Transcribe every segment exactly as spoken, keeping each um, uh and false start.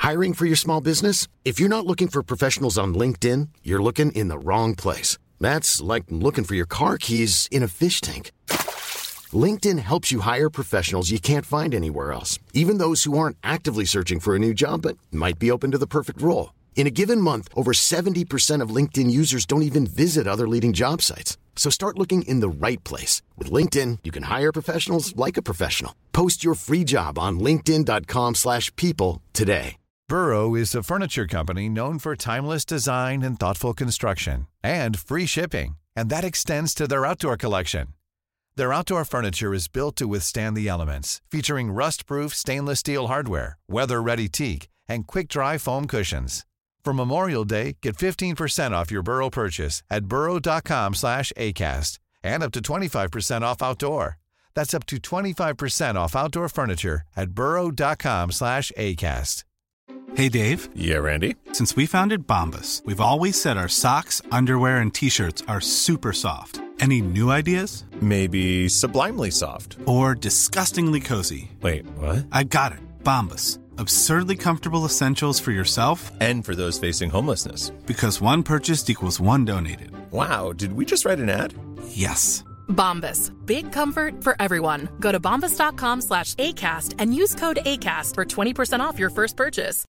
Hiring for your small business? If you're not looking for professionals on LinkedIn, you're looking in the wrong place. That's like looking for your car keys in a fish tank. LinkedIn helps you hire professionals you can't find anywhere else, even those who aren't actively searching for a new job but might be open to the perfect role. In a given month, over seventy percent of LinkedIn users don't even visit other leading job sites. So start looking in the right place. With LinkedIn, you can hire professionals like a professional. Post your free job on linkedin dot com slash people today. Burrow is a furniture company known for timeless design and thoughtful construction, and free shipping, and that extends to their outdoor collection. Their outdoor furniture is built to withstand the elements, featuring rust-proof stainless steel hardware, weather-ready teak, and quick-dry foam cushions. For Memorial Day, get fifteen percent off your Burrow purchase at burrow dot com slash acast, and up to twenty-five percent off outdoor. That's up to twenty-five percent off outdoor furniture at burrow dot com slash acast. Hey, Dave. Yeah, Randy. Since we founded Bombas, we've always said our socks, underwear, and T-shirts are super soft. Any new ideas? Maybe sublimely soft. Or disgustingly cozy. Wait, what? I got it. Bombas. Absurdly comfortable essentials for yourself and for those facing homelessness. Because one purchased equals one donated. Wow, did we just write an ad? Yes. Bombas. Big comfort for everyone. Go to bombas dot com slash ACAST and use code ACAST for twenty percent off your first purchase.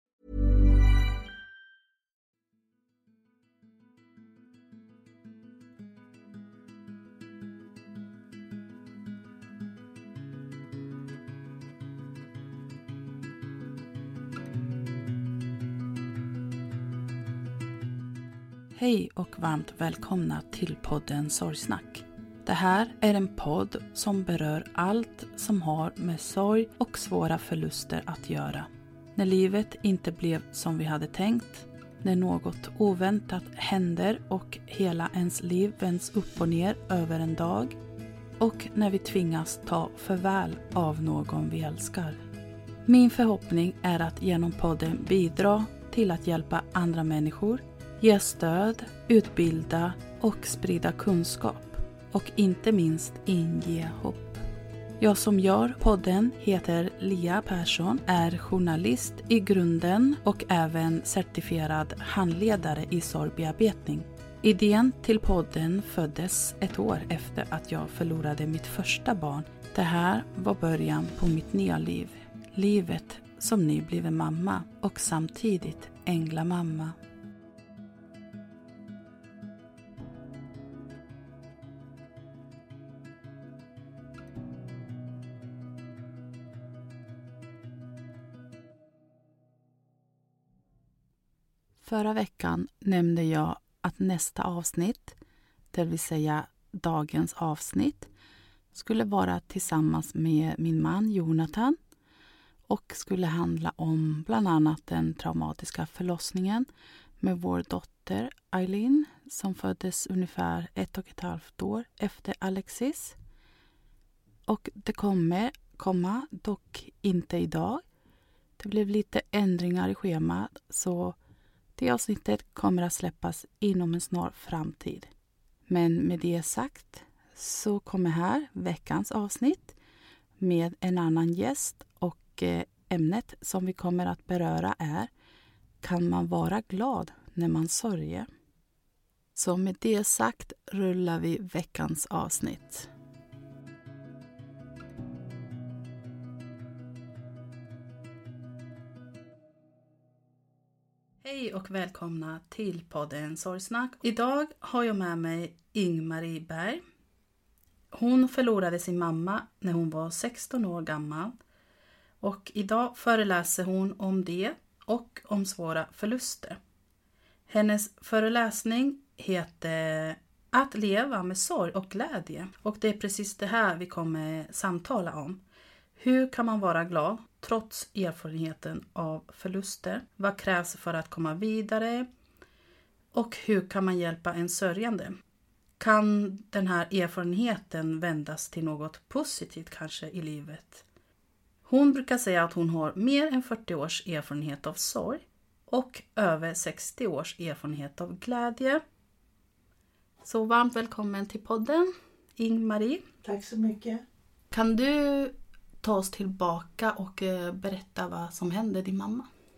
Hej och varmt välkomna till podden Sorgsnack. Det här är en podd som berör allt som har med sorg och svåra förluster att göra. När livet inte blev som vi hade tänkt, när något oväntat händer och hela ens liv vänds upp och ner över en dag, och när vi tvingas ta farväl av någon vi älskar. Min förhoppning är att genom podden bidra till att hjälpa andra människor, ge stöd, utbilda och sprida kunskap och inte minst inge hopp. Jag som gör podden heter Lia Persson, är journalist i grunden och även certifierad handledare i sorgbearbetning. Idén till podden föddes ett år efter att jag förlorade mitt första barn. Det här var början på mitt nya liv. Livet som nybliven mamma och samtidigt änglamamma. Förra veckan nämnde jag att nästa avsnitt, det vill säga dagens avsnitt, skulle vara tillsammans med min man Jonathan och skulle handla om bland annat den traumatiska förlossningen med vår dotter Eileen som föddes ungefär ett och ett halvt år efter Alexis. Och det kommer komma, dock inte idag. Det blev lite ändringar i schemat, så det avsnittet kommer att släppas inom en snar framtid. Men med det sagt så kommer här veckans avsnitt med en annan gäst, och ämnet som vi kommer att beröra är: kan man vara glad när man sörjer? Så med det sagt rullar vi veckans avsnitt. Hej och välkomna till podden Sorgsnack. Idag har jag med mig Ingmarie Berg. Hon förlorade sin mamma när hon var sexton år gammal. Och idag föreläser hon om det och om svåra förluster. Hennes föreläsning heter Att leva med sorg och glädje. Och det är precis det här vi kommer samtala om. Hur kan man vara glad trots erfarenheten av förluster? Vad krävs för att komma vidare? Och hur kan man hjälpa en sörjande? Kan den här erfarenheten vändas till något positivt kanske i livet? Hon brukar säga att hon har mer än fyrtio års erfarenhet av sorg och över sextio års erfarenhet av glädje. Så varmt välkommen till podden, Ingmarie. Tack så mycket. Kan du ta oss tillbaka och berätta vad som hände din mamma?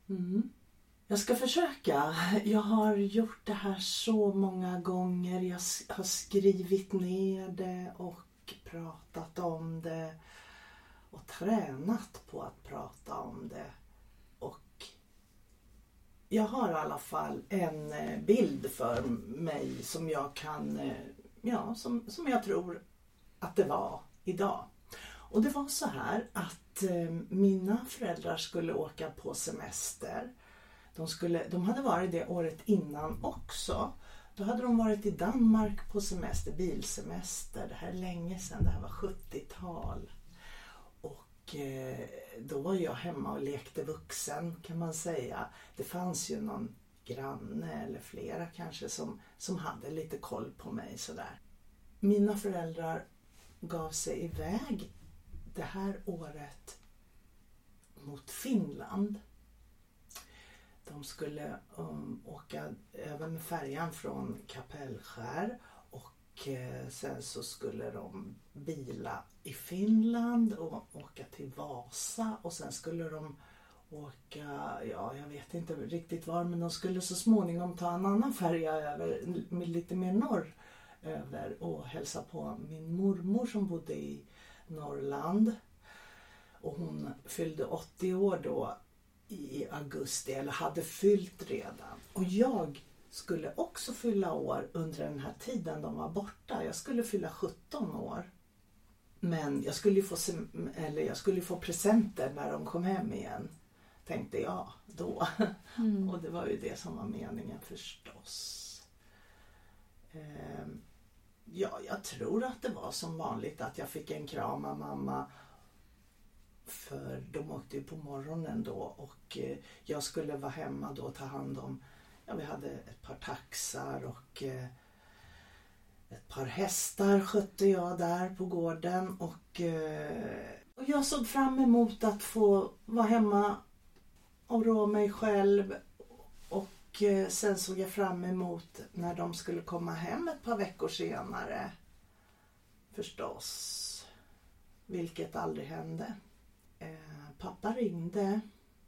Mm. Jag ska försöka. Jag har gjort det här så många gånger. Jag har skrivit ner det och pratat om det. Och tränat på att prata om det. Och jag har i alla fall en bild för mig som jag kan, ja, som, som jag tror att det var idag. Och det var så här att eh, mina föräldrar skulle åka på semester. De, skulle, de hade varit det året innan också. Då hade de varit i Danmark på semester, bilsemester. Det här är länge sedan, det här var sjuttiotal. Och eh, då var jag hemma och lekte vuxen kan man säga. Det fanns ju någon granne eller flera kanske som, som hade lite koll på mig sådär. Mina föräldrar gav sig iväg det här året mot Finland. De skulle um, åka över med färjan från Kapellskär och eh, sen så skulle de bila i Finland och åka till Vasa och sen skulle de åka, ja jag vet inte riktigt var, men de skulle så småningom ta en annan färja över, lite mer norr över och hälsa på min mormor som bodde i Norrland. Och hon fyllde åttio år då i augusti, eller hade fyllt redan. Och jag skulle också fylla år under den här tiden de var borta. Jag skulle fylla sjutton år. Men jag skulle ju få, eller jag skulle få presenter när de kom hem igen. Tänkte jag då. Mm. Och det var ju det som var meningen förstås. Ehm, ja, jag tror att det var som vanligt att jag fick en kram av mamma. För de åkte ju på morgonen då och jag skulle vara hemma då och ta hand om, ja vi hade ett par taxar och eh, ett par hästar skötte jag där på gården och, eh, och jag såg fram emot att få vara hemma och rå mig själv och eh, sen såg jag fram emot när de skulle komma hem ett par veckor senare förstås, vilket aldrig hände. Eh, pappa ringde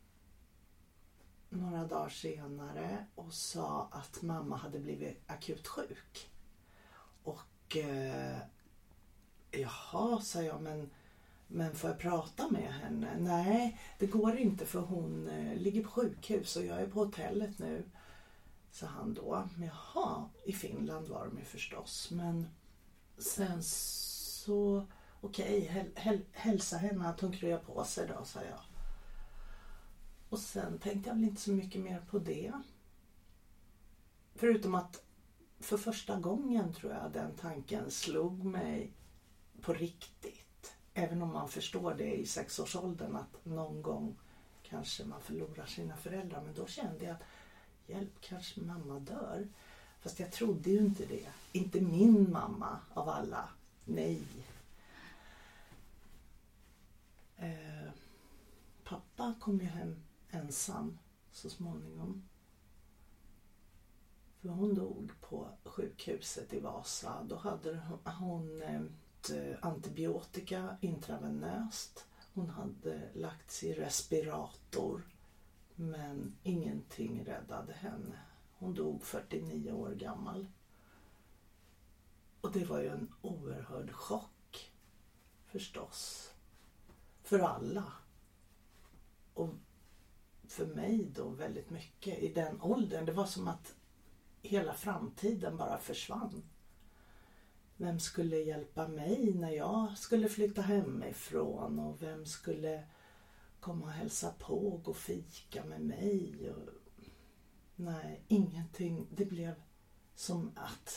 några dagar senare och sa att mamma hade blivit akut sjuk. Och eh, jaha, sa jag, men, men får jag prata med henne? Nej, det går inte för hon eh, ligger på sjukhus och jag är på hotellet nu, sa han då. Men jaha, i Finland var de ju förstås. Men sen så... Okej, häl, häl, hälsa henne att hon kryar på sig då, sa jag. Och sen tänkte jag väl inte så mycket mer på det. Förutom att för första gången tror jag den tanken slog mig på riktigt. Även om man förstår det i sexårsåldern att någon gång kanske man förlorar sina föräldrar. Men då kände jag att hjälp, kanske mamma dör. Fast jag trodde ju inte det. Inte min mamma av alla. Nej. Eh, pappa kom ju hem ensam så småningom. För hon dog på sjukhuset i Vasa. Då hade hon eh, antibiotika intravenöst. Hon hade lagts i respirator. Men ingenting räddade henne. Hon dog fyrtionio år gammal. Och det var ju en oerhörd chock förstås. För alla. Och för mig då väldigt mycket i den åldern. Det var som att hela framtiden bara försvann. Vem skulle hjälpa mig när jag skulle flytta hemifrån? Och vem skulle komma och hälsa på och gå fika med mig? Och... Nej, ingenting. Det blev som att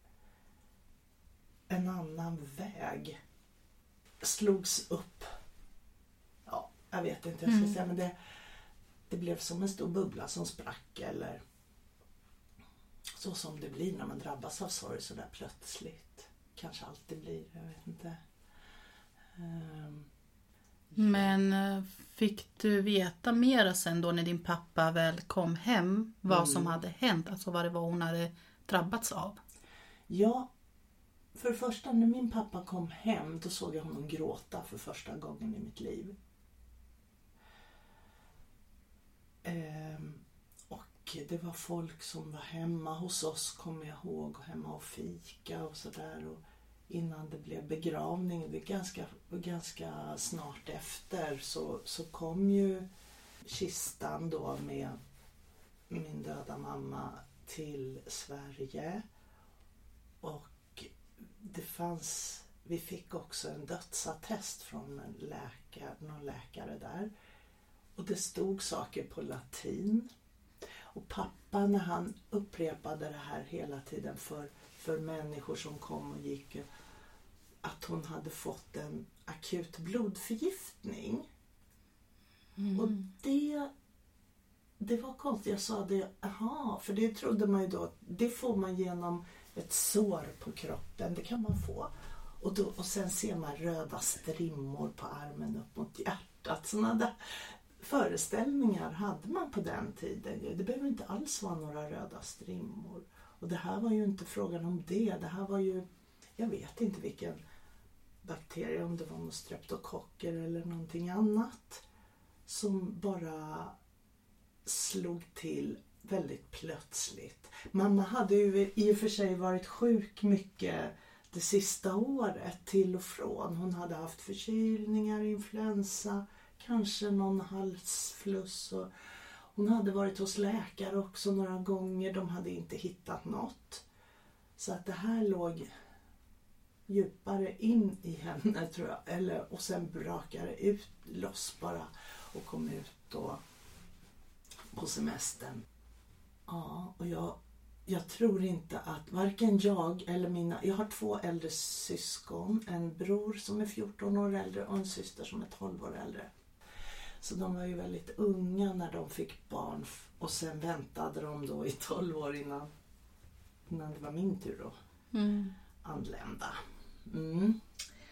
en annan väg slogs upp. Ja, jag vet inte hur jag ska mm. säga, men det, det blev som en stor bubbla som sprack, eller så som det blir när man drabbas av sorg så där plötsligt. Kanske alltid blir, jag vet inte. Um, men fick du veta mer sen då när din pappa väl kom hem vad mm. som hade hänt? Alltså vad det var hon hade drabbats av? Ja, för det första när min pappa kom hem då såg jag honom gråta för första gången i mitt liv. Eh, det var folk som var hemma hos oss, kommer jag ihåg, hemma och fika och sådär. Och innan det blev begravning, det ganska, ganska snart efter, så, så kom ju kistan då med min döda mamma till Sverige. Och det fanns, vi fick också en dödsattest från en läkare, någon läkare där. Och det stod saker på latin. Och pappa, när han upprepade det här hela tiden för, för människor som kom och gick, att hon hade fått en akut blodförgiftning. Mm. Och det, det var konstigt. Jag sa det, aha, för det trodde man ju då, det får man genom ett sår på kroppen, det kan man få. Och, då, och sen ser man röda strimmor på armen upp mot hjärtat. Sådana där föreställningar hade man på den tiden. Det behöver inte alls vara några röda strimmor. Och det här var ju inte frågan om det. Det här var ju, jag vet inte vilken bakterie, om det var någon streptokocker eller någonting annat, som bara slog till väldigt plötsligt. Mamma hade ju i och för sig varit sjuk mycket det sista året, till och från. Hon hade haft förkylningar, influensa, kanske någon halsfluss. Och hon hade varit hos läkare också några gånger. De hade inte hittat något. Så att det här låg djupare in i henne, tror jag. Eller, och sen brakade ut loss bara och kom ut då på semestern. Ja, och jag, jag tror inte att varken jag eller mina... Jag har två äldre syskon. En bror som är fjorton år äldre och en syster som är tolv år äldre. Så de var ju väldigt unga när de fick barn. Och sen väntade de då i tolv år innan, innan det var min tur att mm. anlända. Mm.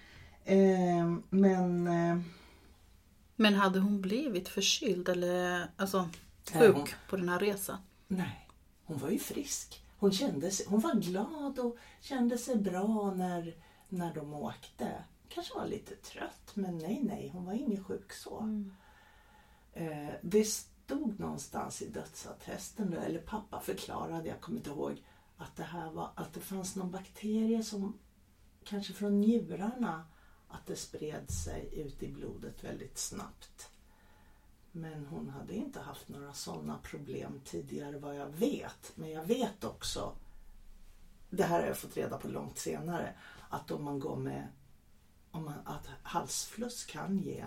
Eh, men... Eh, men hade hon blivit förkyld eller alltså sjuk hon, på den här resan? Nej, hon var ju frisk. Hon, kände sig, hon var glad och kände sig bra när, när de åkte. Kanske var lite trött, men nej, nej, hon var ingen sjuk så. Mm. Eh, det stod någonstans i dödsattesten, eller pappa förklarade, jag kommer inte ihåg, att det här var, att det fanns någon bakterie som kanske från njurarna, att det spred sig ut i blodet väldigt snabbt. Men hon hade inte haft några sådana problem tidigare vad jag vet. Men jag vet också, det här har jag fått reda på långt senare, att om man går med, om man, att halsfluss kan ge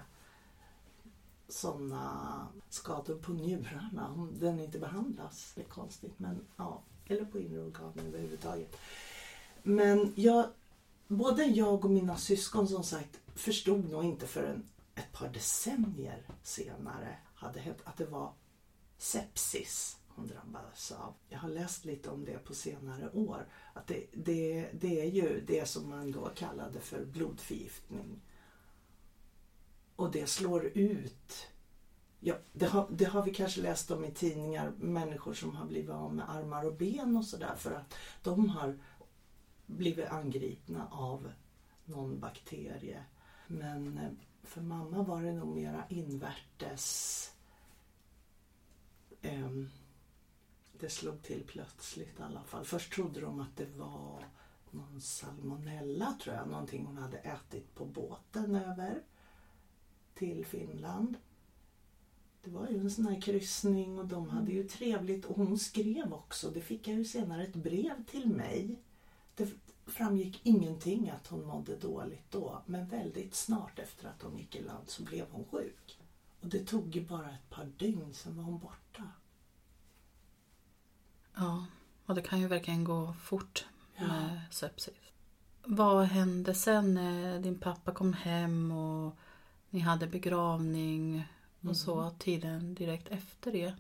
sådana skador på njurarna om den inte behandlas. Det är konstigt, men ja, eller på inre organen överhuvudtaget. Men jag, både jag och mina syskon som sagt förstod nog inte förrän ett par decennier senare hade hänt att det var sepsis hon drabbades av. Jag har läst lite om det på senare år. Att det, det, det är ju det som man då kallade för blodförgiftning. Och det slår ut. Ja, det, har, det har vi kanske läst om i tidningar. Människor som har blivit av med armar och ben och sådär. För att de har blivit angripna av någon bakterie. Men för mamma var det nog mera invärtes. Um, det slog till plötsligt i alla fall. Först trodde de att det var någon salmonella, tror jag. Någonting hon hade ätit på båten över till Finland. Det var ju en sån här kryssning och de hade ju trevligt. Och hon skrev också, det fick jag ju senare ett brev till mig. Det framgick ingenting att hon mådde dåligt då. Men väldigt snart efter att hon gick i land så blev hon sjuk. Och det tog ju bara ett par dygn, sen var hon borta. Ja, och det kan ju verkligen gå fort med ja. sepsis. Vad hände sen när din pappa kom hem och ni hade begravning och mm. så tiden direkt efter det?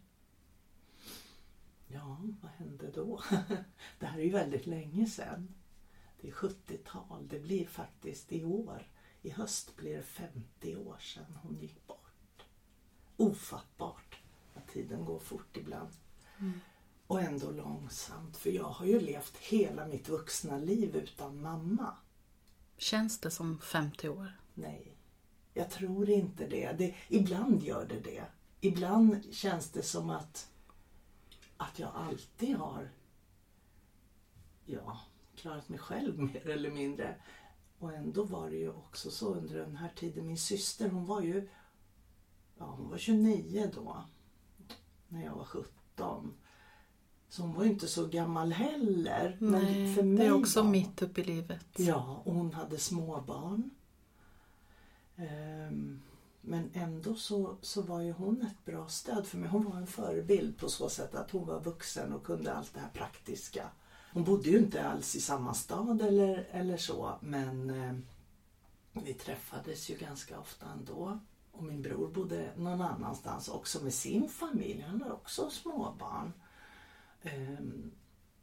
Ja, vad hände då? Det här är ju väldigt länge sedan. Det är sjuttiotal. Det blir faktiskt i år. I höst blir det femtio år sedan hon gick bort. Ofattbart att tiden går fort ibland. Mm. Och ändå långsamt. För jag har ju levt hela mitt vuxna liv utan mamma. Känns det som femtio år? Nej, jag tror inte det. det. Ibland gör det det. Ibland känns det som att att jag alltid har ja, klarat mig själv mer eller mindre. Och ändå var det ju också så under den här tiden. Min syster, hon var ju ja, hon var tjugonio då. När jag var sjutton. Så hon var ju inte så gammal heller. Nej, men för mig det är också var, mitt upp i livet. Ja, och hon hade småbarn. Um, men ändå så, så var ju hon ett bra stöd för mig. Hon var en förebild på så sätt att hon var vuxen och kunde allt det här praktiska. Hon bodde ju inte alls i samma stad eller, eller så. Men eh, vi träffades ju ganska ofta ändå. Och min bror bodde någon annanstans också med sin familj. Han har också småbarn. Um,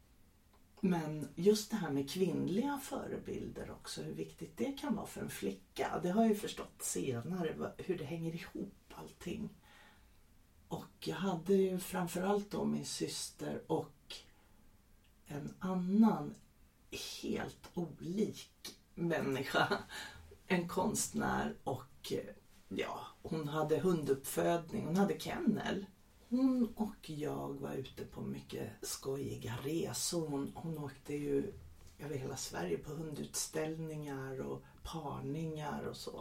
men just det här med kvinnliga förebilder också. Hur viktigt det kan vara för en flicka. Det har jag ju förstått senare. Hur det hänger ihop allting. Och jag hade ju framförallt då min syster och en annan helt olik människa. En konstnär och ja, hon hade hunduppfödning. Hon hade kennel. Hon och jag var ute på mycket skojiga resor. Hon, hon åkte ju över hela Sverige på hundutställningar och parningar och så.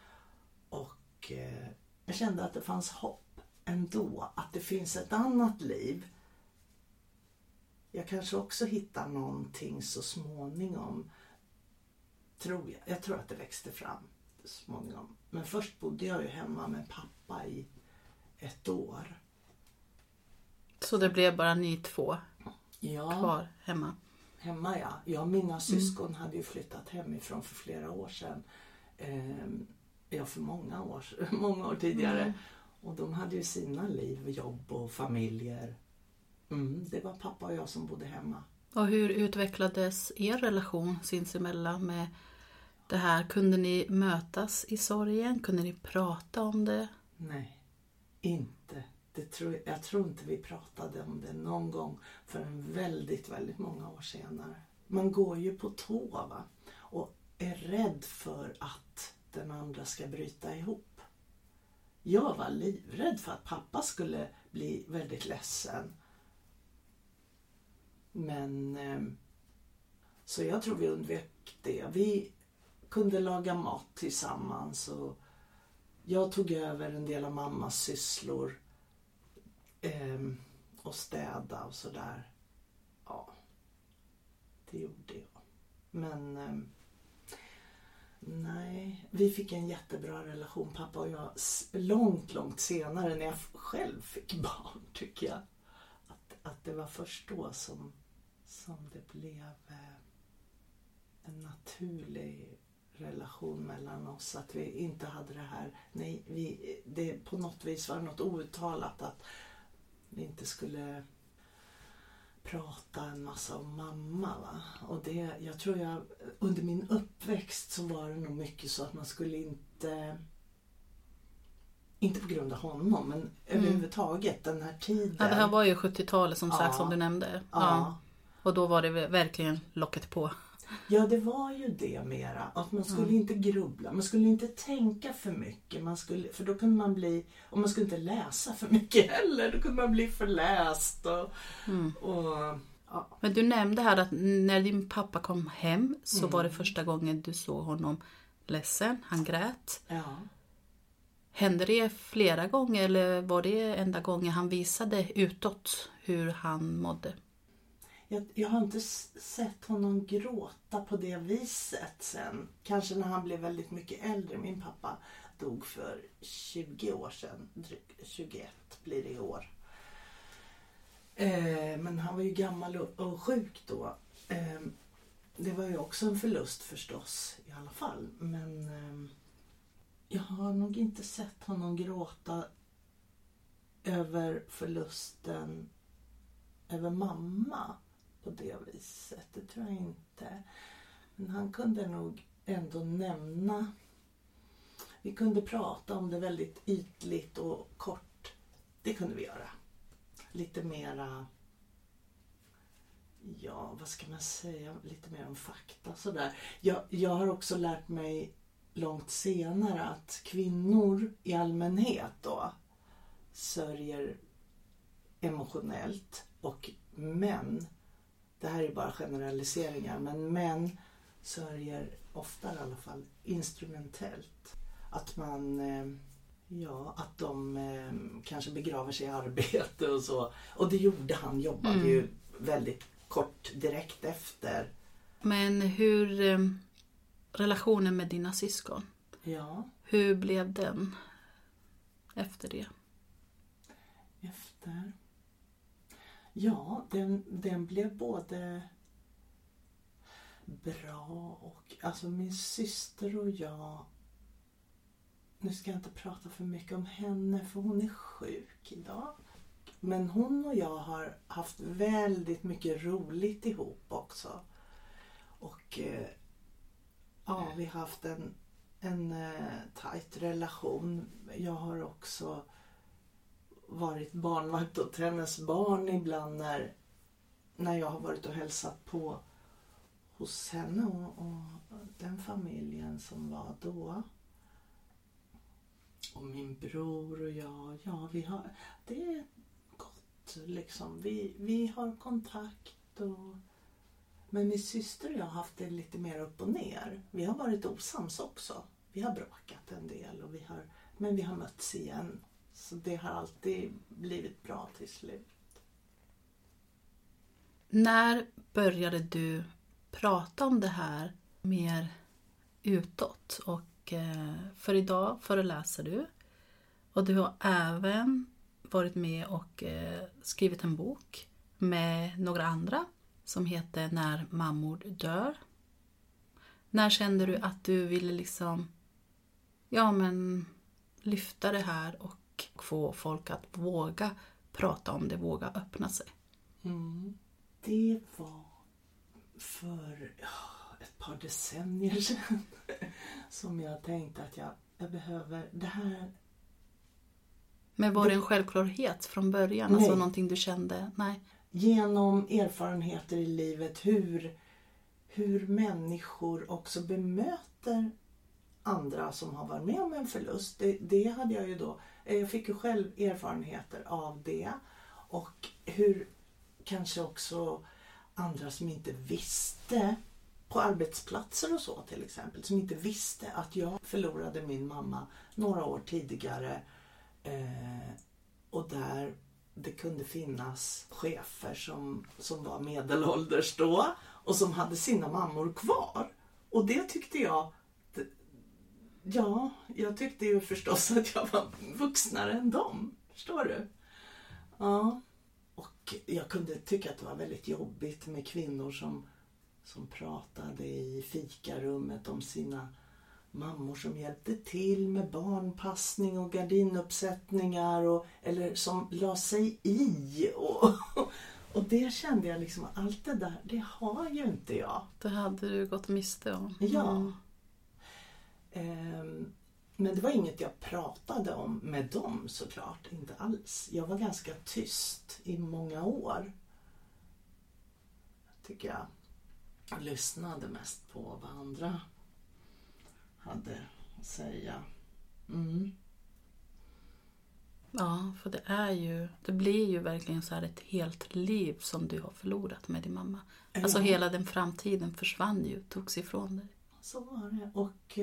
Och eh, jag kände att det fanns hopp ändå. Att det finns ett annat liv. Jag kanske också hittar någonting så småningom. Tror jag. Jag tror att det växte fram så småningom. Men först bodde jag ju hemma med pappa i ett år. Så det blev bara ni två ja, kvar hemma? Hemma, ja. Jag och mina syskon mm. hade ju flyttat hemifrån för flera år sedan. Eh, ja, för många år, många år tidigare. Mm. Och de hade ju sina liv, jobb och familjer. Mm, det var pappa och jag som bodde hemma. Och hur utvecklades er relation sinsemellan med det här? Kunde ni mötas i sorgen? Kunde ni prata om det? Nej, inte. Det tror, jag tror inte vi pratade om det någon gång förrän väldigt, väldigt många år senare. Man går ju på tå, va? Och är rädd för att den andra ska bryta ihop. Jag var livrädd för att pappa skulle bli väldigt ledsen. Men så jag tror vi undvek det. Vi kunde laga mat tillsammans och jag tog över en del av mammas sysslor eh, och städa och sådär. Ja, det gjorde jag. Men eh, nej, vi fick en jättebra relation, pappa och jag, långt, långt senare när jag själv fick barn, tycker jag. Att, att det var först då som, som det blev eh, en naturlig relation mellan oss, att vi inte hade det här, nej, vi, det på något vis var något outtalat att vi inte skulle prata en massa om mamma, va? Och det, jag tror jag, under min uppväxt så var det nog mycket så att man skulle inte, inte på grund av honom, men mm. överhuvudtaget den här tiden. Ja, det här var ju sjuttiotalet som sagt, ja. som du nämnde. Ja. Ja. Och då var det verkligen locket på. Ja, det var ju det mera. Att man skulle mm. inte grubbla. Man skulle inte tänka för mycket. Man skulle, för då kunde man bli... Och man skulle inte läsa för mycket heller. Då kunde man bli förläst. Och, mm. och, ja. Men du nämnde här att när din pappa kom hem så mm. var det första gången du såg honom ledsen. Han grät. Ja. Hände det flera gånger eller var det enda gången han visade utåt hur han mådde? Jag, jag har inte sett honom gråta på det viset sen. Kanske när han blev väldigt mycket äldre. Min pappa dog för tjugo år sedan. tjugoett blir det i år. Eh, men han var ju gammal och, och sjuk då. Eh, det var ju också en förlust förstås i alla fall. Men eh, jag har nog inte sett honom gråta över förlusten över mamma. På det viset, det tror jag inte. Men han kunde nog ändå nämna. Vi kunde prata om det väldigt ytligt och kort. Det kunde vi göra. Lite mera, ja vad ska man säga, lite mer om fakta sådär. Jag, jag har också lärt mig långt senare att kvinnor i allmänhet då sörjer emotionellt och män, det här är bara generaliseringar, men män sörjer ofta i alla fall instrumentellt. Att man, ja, att de kanske begraver sig i arbete och så. Och det gjorde han, jobbade mm. ju väldigt kort direkt efter. Men hur, relationen med dina syskon, ja. hur blev den efter det? Efter? Ja, den, den blev både bra och, alltså min syster och jag, nu ska jag inte prata för mycket om henne för hon är sjuk idag. Men hon och jag har haft väldigt mycket roligt ihop också. Och eh, ja, vi har haft en, en eh, tajt relation. Jag har också varit barnvakt åt hennes barn ibland när, när jag har varit och hälsat på hos henne och, och den familjen som var då. Och min bror och jag, ja vi har, det är gott liksom. Vi, vi har kontakt och, men min syster och jag har haft det lite mer upp och ner. Vi har varit osams också. Vi har bråkat en del och vi har, men vi har mötts igen. Så det har alltid blivit bra till slut. När började du prata om det här mer utåt? Och eh, för idag föreläser du. Och du har även varit med och eh, skrivit en bok med några andra som heter När mammor dör. När kände du att du ville liksom, ja men lyfta det här och få folk att våga prata om det, våga öppna sig? Mm. Det var för ja, ett par decennier sedan som jag tänkte att jag, jag behöver det här. Men var det en självklarhet från början? Nej. Alltså någonting du kände? Nej. Genom erfarenheter i livet hur, hur människor också bemöter andra som har varit med om en förlust. Det, det hade jag ju då. Jag fick ju själv erfarenheter av det. Och hur kanske också andra som inte visste på arbetsplatser och så till exempel. Som inte visste att jag förlorade min mamma några år tidigare. Eh, och där det kunde finnas chefer som, som var medelålders då. Och som hade sina mammor kvar. Och det tyckte jag... Ja, jag tyckte ju förstås att jag var vuxnare än dem. Förstår du? Ja. Och jag kunde tycka att det var väldigt jobbigt med kvinnor som, som pratade i fikarummet om sina mammor som hjälpte till med barnpassning och gardinuppsättningar. Och, eller som la sig i. Och, och det kände jag liksom, allt det där, det har ju inte jag. Det hade du gått miste om. Ja. Mm. Men det var inget jag pratade om med dem såklart, inte alls. Jag var ganska tyst i många år. Jag tycker jag, jag lyssnade mest på vad andra hade att säga. Mm. Ja, för det är ju, det blir ju verkligen så här ett helt liv som du har förlorat med din mamma. Ja. Alltså hela den framtiden försvann ju, togs ifrån dig. Så var det. Och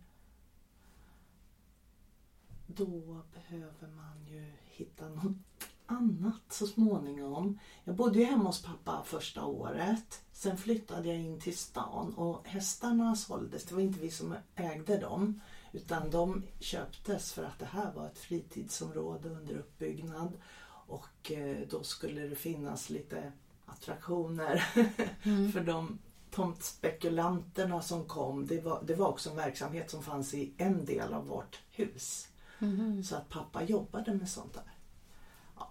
då behöver man ju hitta något annat så småningom. Jag bodde ju hemma hos pappa första året. Sen flyttade jag in till stan och hästarna såldes. Det var inte vi som ägde dem. Utan de köptes för att det här var ett fritidsområde under uppbyggnad. Och då skulle det finnas lite attraktioner mm. för de tomtspekulanterna som kom. Det var, det var också en verksamhet som fanns i en del av vårt hus. Mm. Så att pappa jobbade med sånt där. Ja.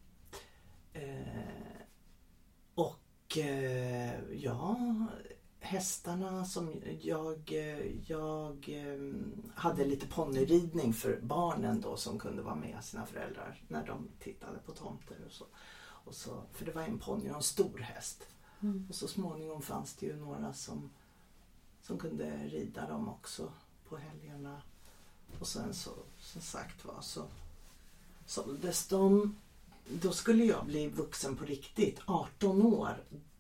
Eh, och eh, ja, hästarna som jag, jag eh, hade lite ponnyridning för barnen då som kunde vara med sina föräldrar när de tittade på tomter och så. Och så för det var en ponny och en stor häst. Mm. Och så småningom fanns det ju några som, som kunde rida dem också på helgerna. Och sen så, som sagt var, så såldes de. då skulle jag bli vuxen på riktigt, arton år.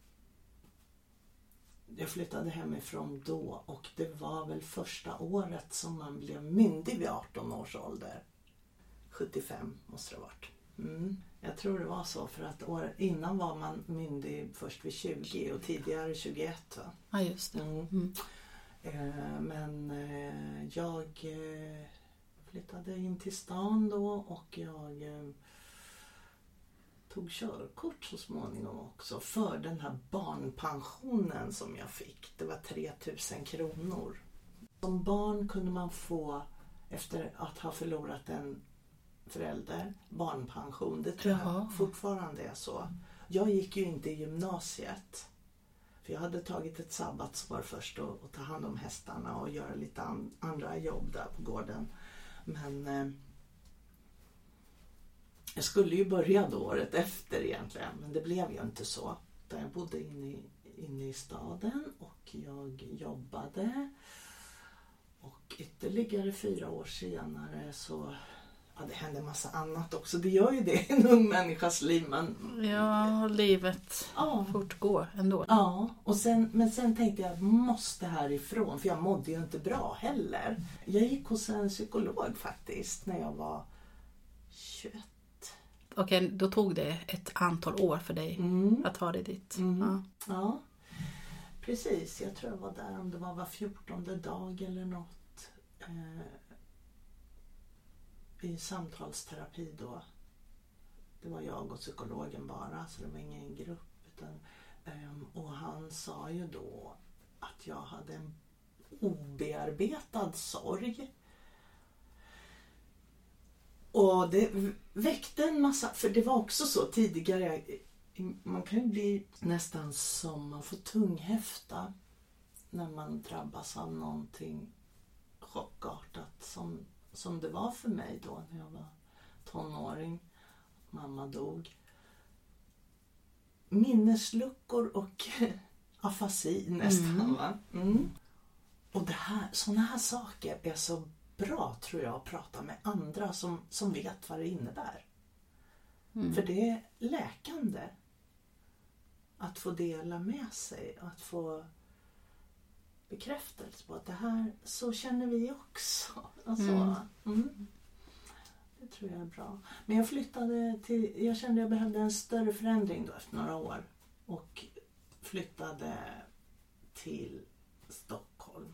Jag flyttade hemifrån då och det var väl första året som man blev myndig vid arton års ålder. sjuttiofem måste det ha varit. Mm. Jag tror det var så, för att år innan var man myndig först vid tjugo och tidigare tjugoett, va? Ja, just det. Mm. Mm. Eh, men eh, jag eh, flyttade in till stan då och jag eh, tog körkort så småningom också för den här barnpensionen som jag fick. Det var tre tusen kronor. Som barn kunde man få, efter att ha förlorat en förälder, barnpension. Det tror Jaha. jag fortfarande är så. Jag gick ju inte i gymnasiet. För jag hade tagit ett sabbatsår först och, och ta hand om hästarna och göra lite an, andra jobb där på gården. Men eh, jag skulle ju börja då året efter egentligen, men det blev ju inte så. Där jag bodde inne i, inne i staden och jag jobbade. Och ytterligare fyra år senare så, ja, det hände en massa annat också. Det gör ju det i en ung människas liv. Men, Ja, livet ja. fortgår ändå. Ja, och sen, men sen tänkte jag, måste härifrån, för jag mådde ju inte bra heller. Jag gick hos en psykolog faktiskt när jag var tjugoett. Okej, då tog det ett antal år för dig Mm. att ha det dit. Mm. Ja. Ja, precis. Jag tror jag var där om det var var fjortonde dag eller något. Eh, I samtalsterapi då. Det var jag och psykologen bara, så det var ingen grupp. Utan, eh, och han sa ju då att jag hade en obearbetad sorg. Och det väckte en massa, för det var också så tidigare, man kan ju bli nästan som man får tunghäfta när man drabbas av någonting chockartat som, som det var för mig då när jag var tonåring. Mamma dog. Minnesluckor och afasi nästan, Mm. va? Mm. Och det här, såna här saker är så bra, tror jag, att prata med andra som, som vet vad det innebär. Mm. För det är läkande att få dela med sig, att få bekräftelse på att det här, så känner vi också. Alltså, Mm. mm. Det tror jag är bra. Men jag flyttade till, jag kände att jag behövde en större förändring då efter några år. Och flyttade till Stockholm.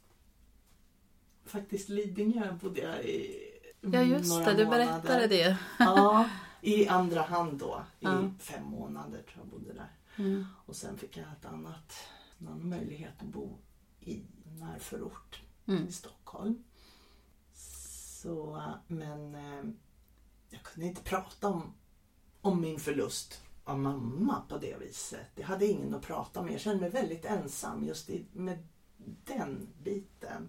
Faktiskt Lidingö bodde jag i Ja, just några det, du månader. berättade det. Ja, i andra hand då. I Ja. fem månader tror jag bodde där. Mm. Och sen fick jag ett annat, någon möjlighet att bo i närförort Mm. i Stockholm. Så, men eh, jag kunde inte prata om, om min förlust av mamma på det viset. Jag hade ingen att prata med. Jag kände mig väldigt ensam just i, med den biten.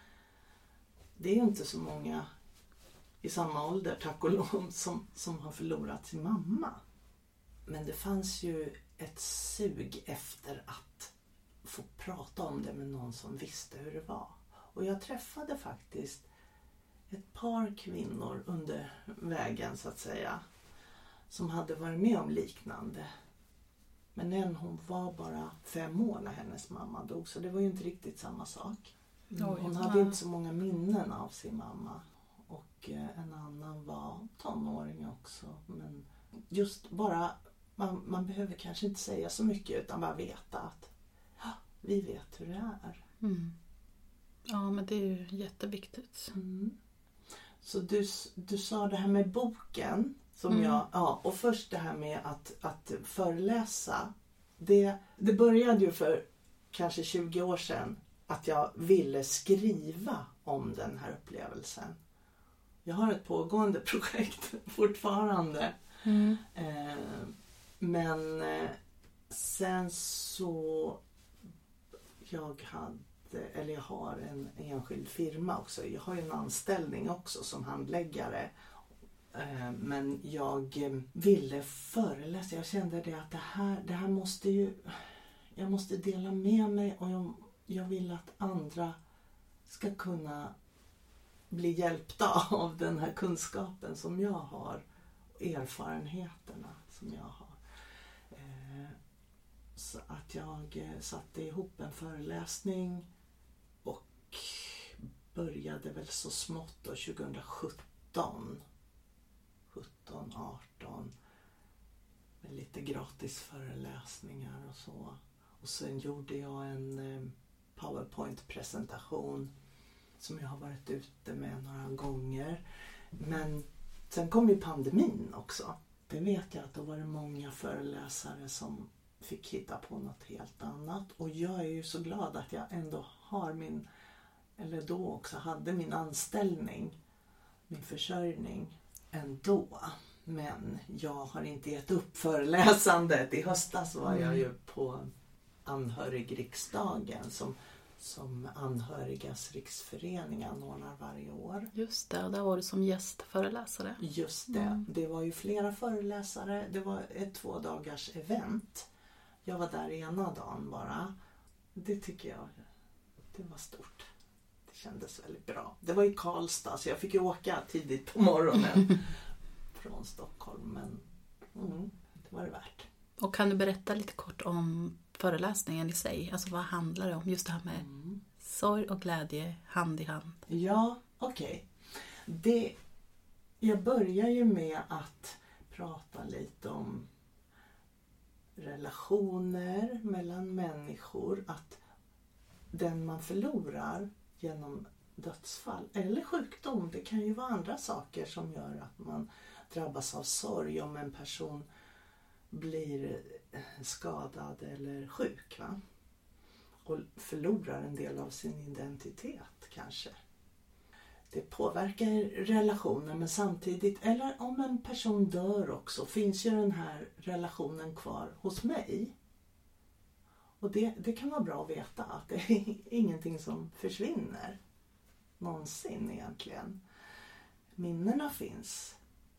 Det är ju inte så många i samma ålder, tack och lov, som, som har förlorat sin mamma. Men det fanns ju ett sug efter att få prata om det med någon som visste hur det var. Och jag träffade faktiskt ett par kvinnor under vägen, så att säga, som hade varit med om liknande. Men en, hon var bara fem år när hennes mamma dog, så det var ju inte riktigt samma sak. Hon hade inte så många minnen av sin mamma. Och en annan var tonåring också. Men just bara, man, man behöver kanske inte säga så mycket utan bara veta att ja, vi vet hur det är. Mm. Ja, men det är ju jätteviktigt. Mm. Så du, du sa det här med boken som Mm. jag, ja, och först det här med att, att föreläsa. Det, det började ju för kanske tjugo år sedan att jag ville skriva om den här upplevelsen. Jag har ett pågående projekt fortfarande. Mm. Eh, men eh, sen så jag hade, eller jag har en enskild firma också. Jag har ju en anställning också som handläggare. Eh, men jag eh, ville föreläsa. Jag kände det att det här, det här måste ju, jag måste dela med mig och jag, jag vill att andra ska kunna bli hjälpta av den här kunskapen som jag har. erfarenheterna som jag har. Eh, så att jag eh, satte ihop en föreläsning och började väl så smått då tjugosjutton, sjutton arton med lite gratis föreläsningar och så. Och sen gjorde jag en eh, PowerPoint-presentation som jag har varit ute med några gånger. Men sen kom ju pandemin också. Det vet jag att då var det många föreläsare som fick hitta på något helt annat. Och jag är ju så glad att jag ändå har min, eller då också hade min anställning, min försörjning ändå. Men jag har inte gett upp föreläsandet. I höstas var jag ju på anhörigriksdagen som, som Anhörigas riksförening anordnar varje år. Just det, där var du som gästföreläsare. Just det, mm. Det var ju flera föreläsare. Det var ett två dagars event. Jag var där ena dagen bara. Det tycker jag, det var stort. Det kändes väldigt bra. Det var i Karlstad så jag fick ju åka tidigt på morgonen från Stockholm. Men mm, det var det värt. Och kan du berätta lite kort om föreläsningen i sig? Alltså vad handlar det om? Just det här med mm. sorg och glädje hand i hand. Ja, okej. Okay. Jag börjar ju med att prata lite om relationer mellan människor. Att den man förlorar genom dödsfall eller sjukdom, det kan ju vara andra saker som gör att man drabbas av sorg om en person blir skadad eller sjuk, va? Och förlorar en del av sin identitet kanske. Det påverkar relationen, men samtidigt, eller om en person dör också, finns ju den här relationen kvar hos mig. Och det, det kan vara bra att veta att det är ingenting som försvinner någonsin egentligen. Minnena finns.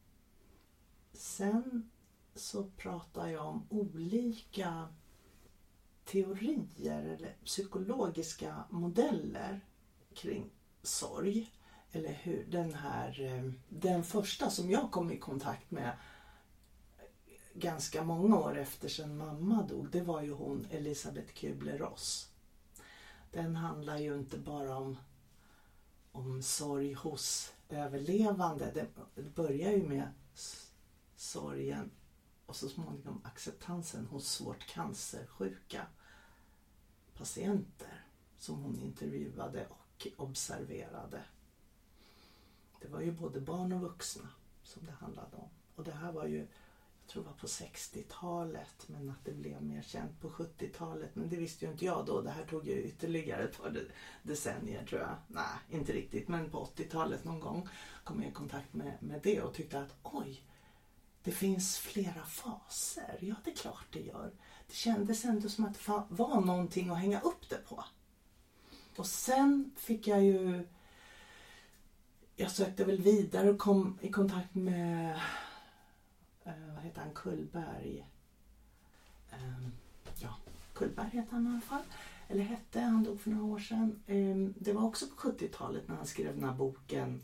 Sen så pratar jag om olika teorier eller psykologiska modeller kring sorg. Eller hur den här, den första som jag kom i kontakt med ganska många år efter sen mamma dog, det var ju hon Elisabeth Kübler-Ross. Den handlar ju inte bara om, om sorg hos överlevande. Det börjar ju med sorgen och så småningom acceptansen hos svårt cancersjuka patienter som hon intervjuade och observerade. Det var ju både barn och vuxna som det handlade om. Och det här var ju, jag tror det var på sextiotalet, men att det blev mer känt på sjuttiotalet. Men det visste ju inte jag då. Det här tog ju ytterligare ett par decennier tror jag. Nej, inte riktigt. Men på åttiotalet någon gång kom jag i kontakt med, med det och tyckte att oj, det finns flera faser. Ja, det är klart det gör. Det kändes ändå som att det var någonting att hänga upp det på. Och sen fick jag ju... Jag sökte väl vidare och kom i kontakt med... Eh, vad heter han? Kullberg. Eh, ja, Kullberg heter han i alla fall. Eller hette, han dog för några år sedan. Eh, det var också på sjuttiotalet när han skrev den här boken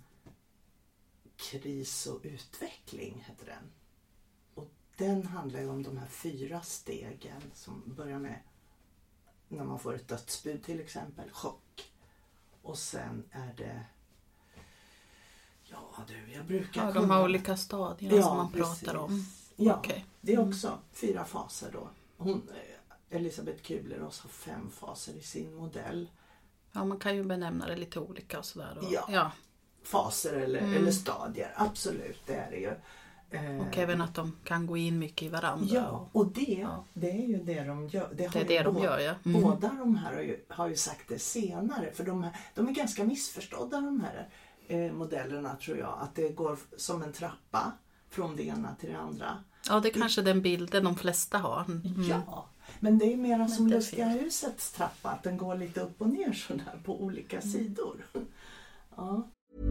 Kris och utveckling heter den. Och den handlar ju om de här fyra stegen som börjar med när man får ett dödsbud till exempel, chock. Och sen är det ja du, jag brukar ja, de har olika stadier ja, som man precis. pratar om. Ja, okay. Det är också mm. fyra faser då. Hon, Elisabeth Kübler-Ross har fem faser i sin modell. Ja, man kan ju benämna det lite olika och sådär. Ja. ja. Faser eller, mm. eller stadier, absolut, det är det ju. Och även att de kan gå in mycket i varandra. Ja, och det, ja. det är ju det de gör. Det, det är det de båda, gör, ja. Mm. Båda de här har ju, har ju sagt det senare. För de, de är ganska missförstådda de här eh, modellerna tror jag. Att det går som en trappa från det ena till det andra. Ja, det är kanske den bilden de flesta har. Mm. Ja, men det är mera som Lustiga husets trappa. Att den går lite upp och ner sådär på olika mm. sidor. Ja.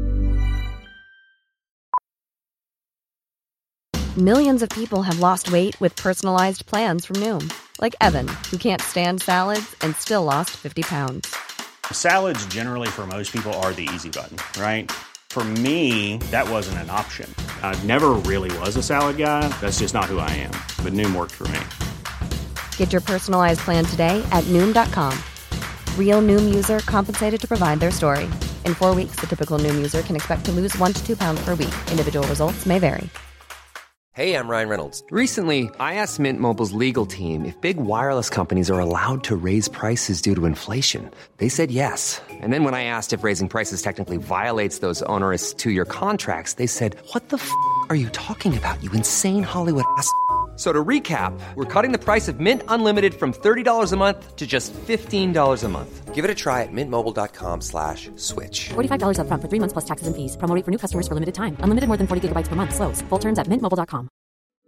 Millions of people have lost weight with personalized plans from Noom. Like Evan, who can't stand salads and still lost fifty pounds. Salads generally for most people are the easy button, right? For me, that wasn't an option. I never really was a salad guy. That's just not who I am. But Noom worked for me. Get your personalized plan today at Noom dot com. Real Noom user compensated to provide their story. In four weeks, the typical Noom user can expect to lose one to two pounds per week. Individual results may vary. Hey, I'm Ryan Reynolds. Recently, I asked Mint Mobile's legal team if big wireless companies are allowed to raise prices due to inflation. They said yes. And then when I asked if raising prices technically violates those onerous two-year contracts, they said, what the f*** are you talking about, you insane Hollywood ass f- So to recap, we're cutting the price of Mint Unlimited from thirty dollars a month to just fifteen dollars a month. Give it a try at mintmobile.com slash switch. forty-five dollars up front for three months plus taxes and fees. Promo rate for new customers for limited time. Unlimited more than forty gigabytes per month. Slows full terms at mint mobile dot com.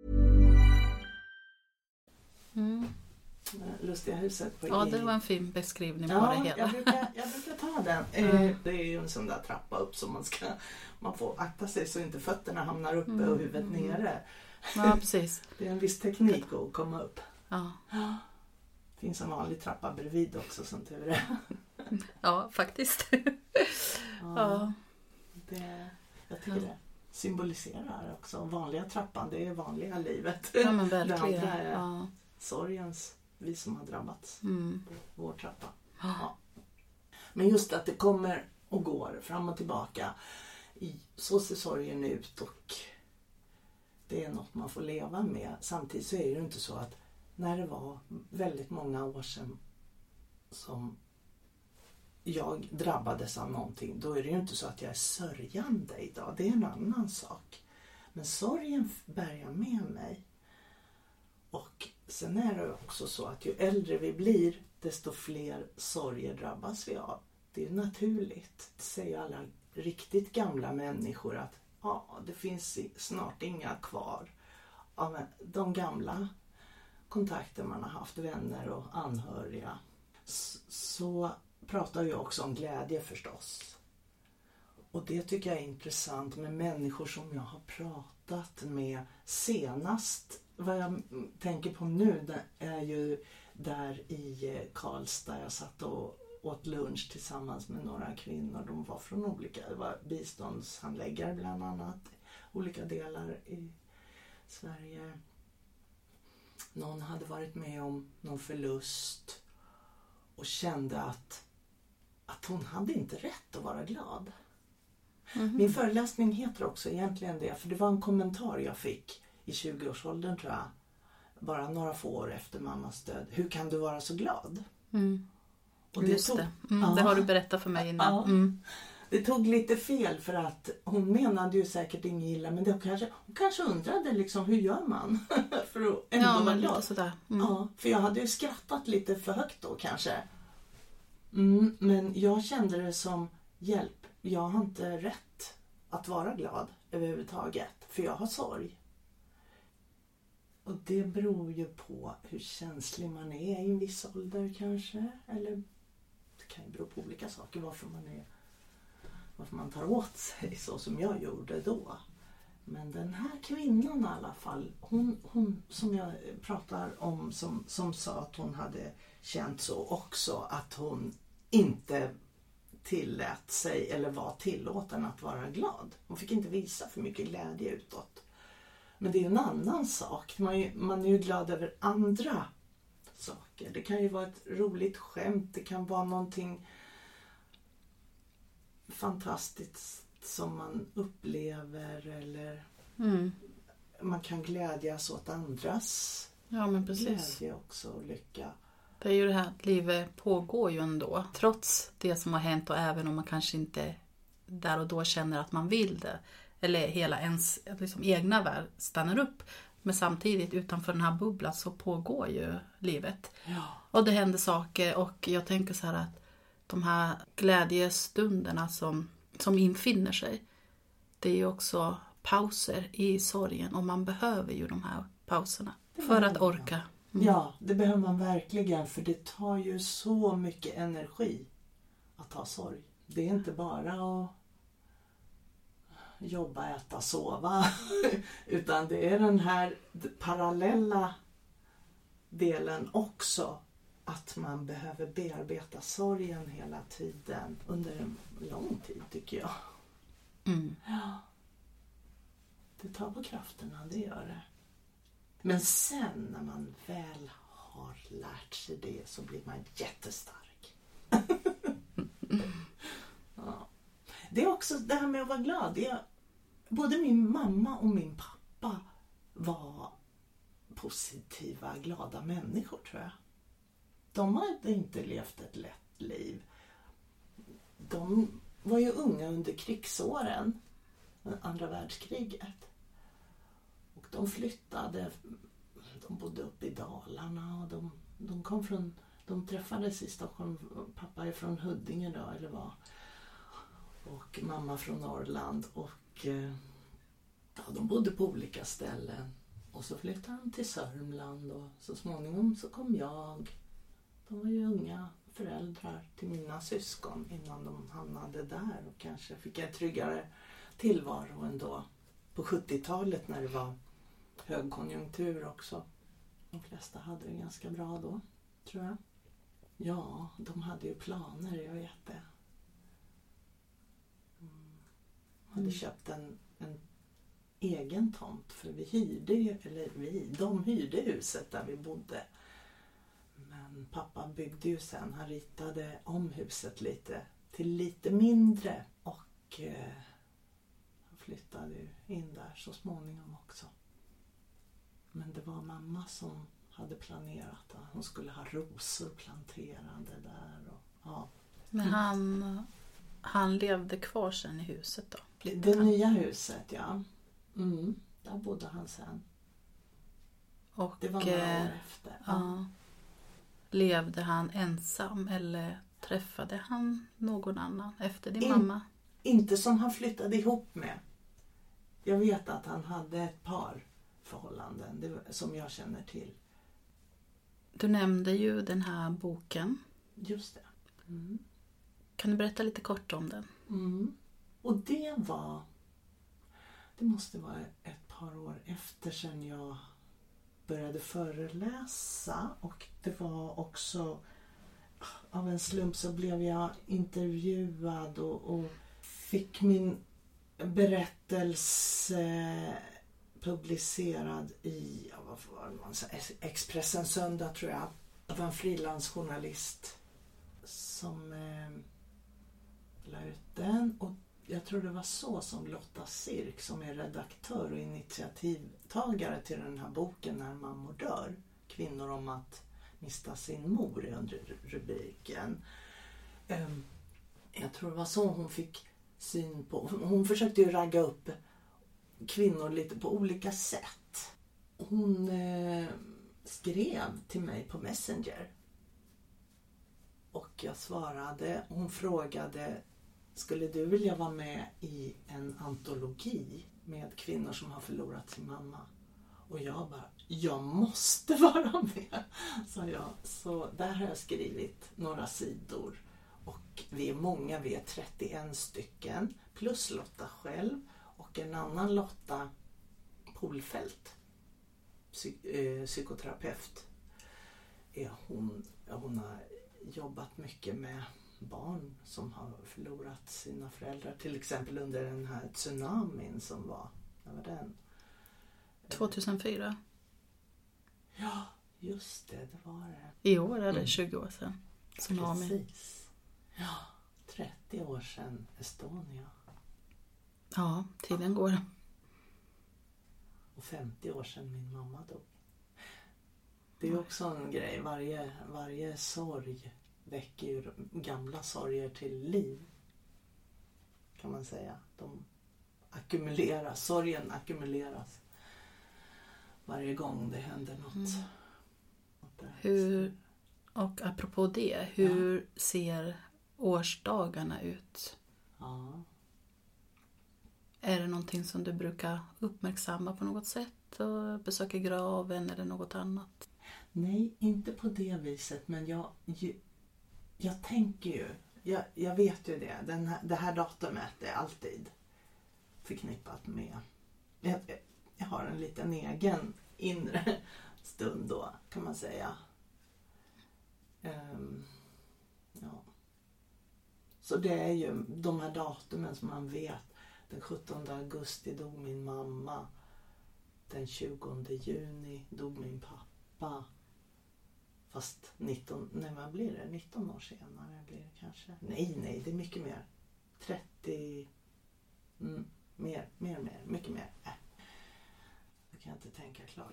Mm. Lustiga huset på Ja, det var en fin beskrivning på ja, det hela. Jag brukar, jag brukar ta den. Mm. Det är ju en sån där trappa upp som man ska, man får akta sig så inte fötterna hamnar uppe mm. och huvudet mm. nere. Ja, precis. Det är en viss teknik att komma upp. Ja. Det finns en vanlig trappa bredvid också som tur är. Ja, faktiskt. Ja. Ja. Det, jag tycker ja. det symboliserar också vanliga trappan. Det är vanliga livet. Ja, men verkligen. Det andra är ja. sorgens, vi som har drabbats. Mm. Vår trappa. Ja. Men just att det kommer och går fram och tillbaka. I, så ser sorgen ut och det är något man får leva med. Samtidigt så är det ju inte så att när det var väldigt många år sedan som jag drabbades av någonting, då är det ju inte så att jag är sörjande idag. Det är en annan sak. Men sorgen bär jag med mig. Och sen är det också så att ju äldre vi blir, desto fler sorger drabbas vi av. Det är naturligt. Det säger alla riktigt gamla människor att ja, det finns snart inga kvar av de gamla kontakter man har haft, vänner och anhöriga. Så pratar jag också om glädje förstås. Och det tycker jag är intressant med människor som jag har pratat med senast. Vad jag tänker på nu är ju där i Karlstad. Jag satt och åt lunch tillsammans med några kvinnor. De var från olika, det var biståndshandläggare bland annat. Olika delar i Sverige. Någon hade varit med om någon förlust och kände att, att hon hade inte rätt att vara glad. Mm-hmm. Min föreläsning heter också egentligen det, för det var en kommentar jag fick i tjugoårsåldern tror jag. Bara några få år efter mammas död. Hur kan du vara så glad? Mm. Och det, Just tog, det. Mm, ja, det har du berättat för mig innan. Ja, mm. Det tog lite fel för att hon menade ju säkert inget illa, men det kanske, hon kanske undrade liksom, hur gör man för att ändå ja, vara glad? Lite sådär. Mm. Ja, för jag hade ju skrattat lite för högt då kanske. Mm, men jag kände det som hjälp. Jag har inte rätt att vara glad överhuvudtaget, för jag har sorg. Och det beror ju på hur känslig man är i en viss ålder kanske. Eller det kan ju bero på olika saker varför man är, varför man tar åt sig så som jag gjorde då. Men den här kvinnan i alla fall, hon, hon som jag pratar om som, som sa att hon hade känt så också, att hon inte tillät sig eller var tillåten att vara glad. Hon fick inte visa för mycket glädje utåt. Men det är ju en annan sak. Man är, man är ju glad över andra saker. Det kan ju vara ett roligt skämt. Det kan vara någonting fantastiskt som man upplever. Eller mm. man kan glädjas åt andras ja, men precis. glädje också och lycka. Det är ju det här att livet pågår ju ändå. Trots det som har hänt och även om man kanske inte där och då känner att man vill det. Eller hela ens liksom, egna värld stannar upp. Men samtidigt utanför den här bubblan så pågår ju livet. Ja. Och det händer saker och jag tänker så här att de här glädjestunderna som, som infinner sig. Det är ju också pauser i sorgen och man behöver ju de här pauserna för att orka. Mm. Ja, det behöver man verkligen, för det tar ju så mycket energi att ha sorg. Det är inte bara att jobba, äta, sova utan det är den här parallella delen också, att man behöver bearbeta sorgen hela tiden under en lång tid tycker jag. Mm. Ja. Det tar på krafterna, det gör det. Men sen när man väl har lärt sig det så blir man jättestark. Ja. Det är också det här med att vara glad. Det är, både min mamma och min pappa var positiva, glada människor, tror jag. De hade inte levt ett lätt liv. De var ju unga under krigsåren, andra världskriget. Och de flyttade, de bodde uppe i Dalarna och de, de kom från, de träffades i Stockholm. Pappa är från Huddinge då, eller vad. Och mamma från Norrland. Och ja, de bodde på olika ställen. Och så flyttade de till Sörmland och så småningom så kom jag. De var ju unga föräldrar till mina syskon innan de hamnade där och kanske fick en tryggare tillvaro ändå. På sjuttiotalet när det var högkonjunktur också. De flesta hade det ganska bra då, tror jag. Ja, de hade ju planer, jag vet det. Mm. Hade mm. köpt en, en egen tomt, för vi hyrde ju, eller vi, de hyrde huset där vi bodde. Men pappa byggde ju sen, han ritade om huset lite till lite mindre och eh, han flyttade ju in där så småningom också. Men det var mamma som hade planerat att hon skulle ha rosor planterade där. Och, ja. Men han, han levde kvar sen i huset då? Det, det nya huset, ja. Mm, där bodde han sen. Och, det var några år efter. Ja. Ja. Levde han ensam eller träffade han någon annan efter din In, mamma? Inte som han flyttade ihop med. Jag vet att han hade ett par förhållanden det, som jag känner till. Du nämnde ju den här boken. Just det. Mm. Kan du berätta lite kort om den? Mm. Och det var... Det måste vara ett par år efter sen jag började föreläsa. Och det var också... Av en slump så blev jag intervjuad och, och fick min berättelse publicerad i ja, vad var man säger, Expressen söndag, tror jag. Det var en frilansjournalist som eh, la ut den. Och jag tror det var så som Lotta Sirk, som är redaktör och initiativtagare till den här boken När mammor dör. Kvinnor om att mista sin mor under rubriken. Eh, jag tror det var så hon fick syn på. Hon försökte ju ragga upp kvinnor lite på olika sätt. Hon eh, skrev till mig på Messenger. Och jag svarade. Hon frågade, skulle du vilja vara med i en antologi med kvinnor som har förlorat sin mamma? Och jag bara, jag måste vara med, sa jag. Så där har jag skrivit några sidor. Och vi är många, vi är trettioen stycken. Plus Lotta själv. Och en annan Lotta Polfält, psyk- eh, psykoterapeut. Är hon, hon har jobbat mycket med barn som har förlorat sina föräldrar. Till exempel under den här tsunamin som var. Vad var den? tjugohundrafyra. Ja, just det, det var det. I år är det mm. tjugo år sedan. Tsunami. Precis. Ja, trettio år sedan Estonia. Ja, tiden går. Och femtio år sedan min mamma dog. Det är också en grej. Varje, varje sorg väcker ju gamla sorger till liv. Kan man säga. De ackumuleras. Sorgen ackumuleras. Varje gång det händer något. Mm. något hur, och apropå det. Hur ja. ser årsdagarna ut? Ja. Är det någonting som du brukar uppmärksamma på något sätt? Och besöka graven eller något annat? Nej, inte på det viset. Men jag, jag, jag tänker ju, jag, jag vet ju det. Den här, det här datumet är alltid förknippat med. Jag, jag har en liten egen inre stund då, kan man säga. Um, ja. Så det är ju de här datumen som man vet. Den sjuttonde augusti dog min mamma. Den tjugonde juni dog min pappa. Fast nitton, nej vad blir det? nitton år senare blir det kanske. Nej, nej, det är mycket mer. trettio, mm, mer, mer, mer, mycket mer. Äh. Det kan jag inte tänka klart.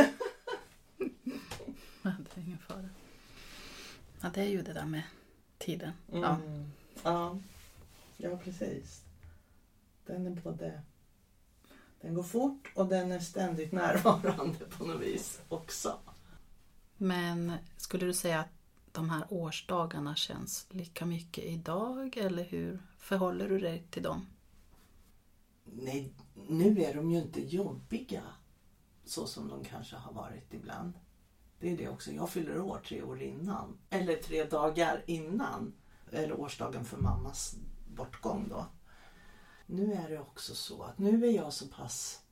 Ja, det är ingen fara. Ja, det är ju det där med tiden. Mm. Ja. Ja. Ja, precis. Den är både... Den går fort och den är ständigt närvarande på något vis också. Men skulle du säga att de här årsdagarna känns lika mycket idag? Eller hur förhåller du dig till dem? Nej, nu är de ju inte jobbiga så som de kanske har varit ibland. Det är det också. Jag fyller år tre år innan. Eller tre dagar innan. Eller årsdagen för mammas bortgång då. Nu är det också så att nu är jag så pass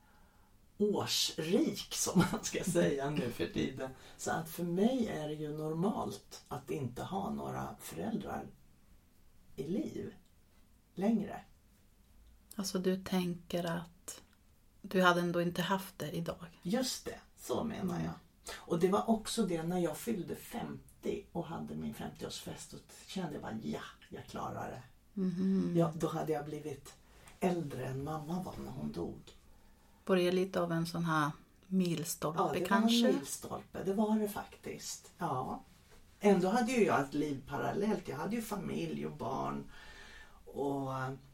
årsrik som man ska säga nu för tiden. Så att för mig är det ju normalt att inte ha några föräldrar i liv längre. Alltså du tänker att du hade ändå inte haft det idag? Just det, så menar jag. Och det var också det när jag fyllde femtio och hade min femtioårsfest och kände jag bara ja, jag klarar det. Mm. Ja, då hade jag blivit äldre än mamma var när hon dog. Var det lite av en sån här milstolpe kanske? Ja, det kanske? var en milstolpe, det var det faktiskt. Ja. Ändå hade ju jag ett liv parallellt. Jag hade ju familj och barn. Och...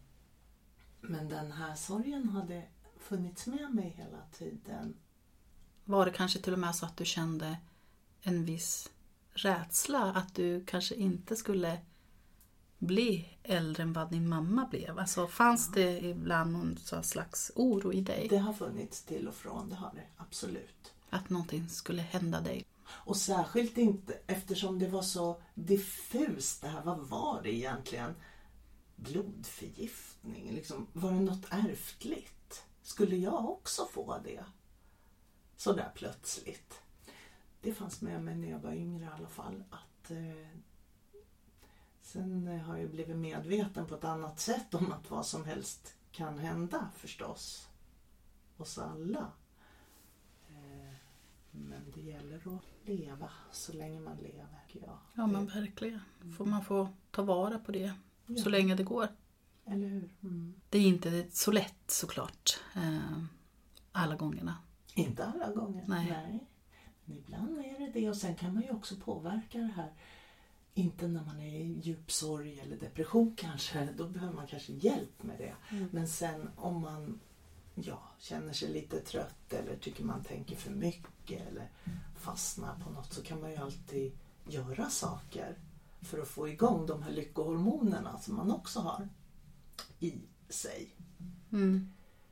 Men den här sorgen hade funnits med mig hela tiden. Var det kanske till och med så att du kände en viss rädsla att du kanske inte skulle bli äldre än vad din mamma blev? Alltså fanns ja. det ibland någon så slags oro i dig? Det har funnits till och från, det har det absolut. Att någonting skulle hända dig? Och särskilt inte eftersom det var så diffust det här. Vad var det egentligen? Blodförgiftning, liksom, var det något ärftligt? Skulle jag också få det? Så där plötsligt. Det fanns med mig när jag var yngre i alla fall. Att, eh, sen har jag blivit medveten på ett annat sätt om att vad som helst kan hända förstås. Oss alla. Eh, men det gäller att leva så länge man lever. Ja, ja men verkligen. Får man få ta vara på det ja. så länge det går. Eller hur? Mm. Det är inte så lätt såklart. Eh, alla gångerna. Inte alla gånger, nej. nej. Men ibland är det det och sen kan man ju också påverka det här. Inte när man är i djup sorg eller depression kanske, då behöver man kanske hjälp med det. Mm. Men sen om man ja, känner sig lite trött eller tycker man tänker för mycket eller fastnar på något så kan man ju alltid göra saker för att få igång de här lyckohormonerna som man också har i sig. Mm.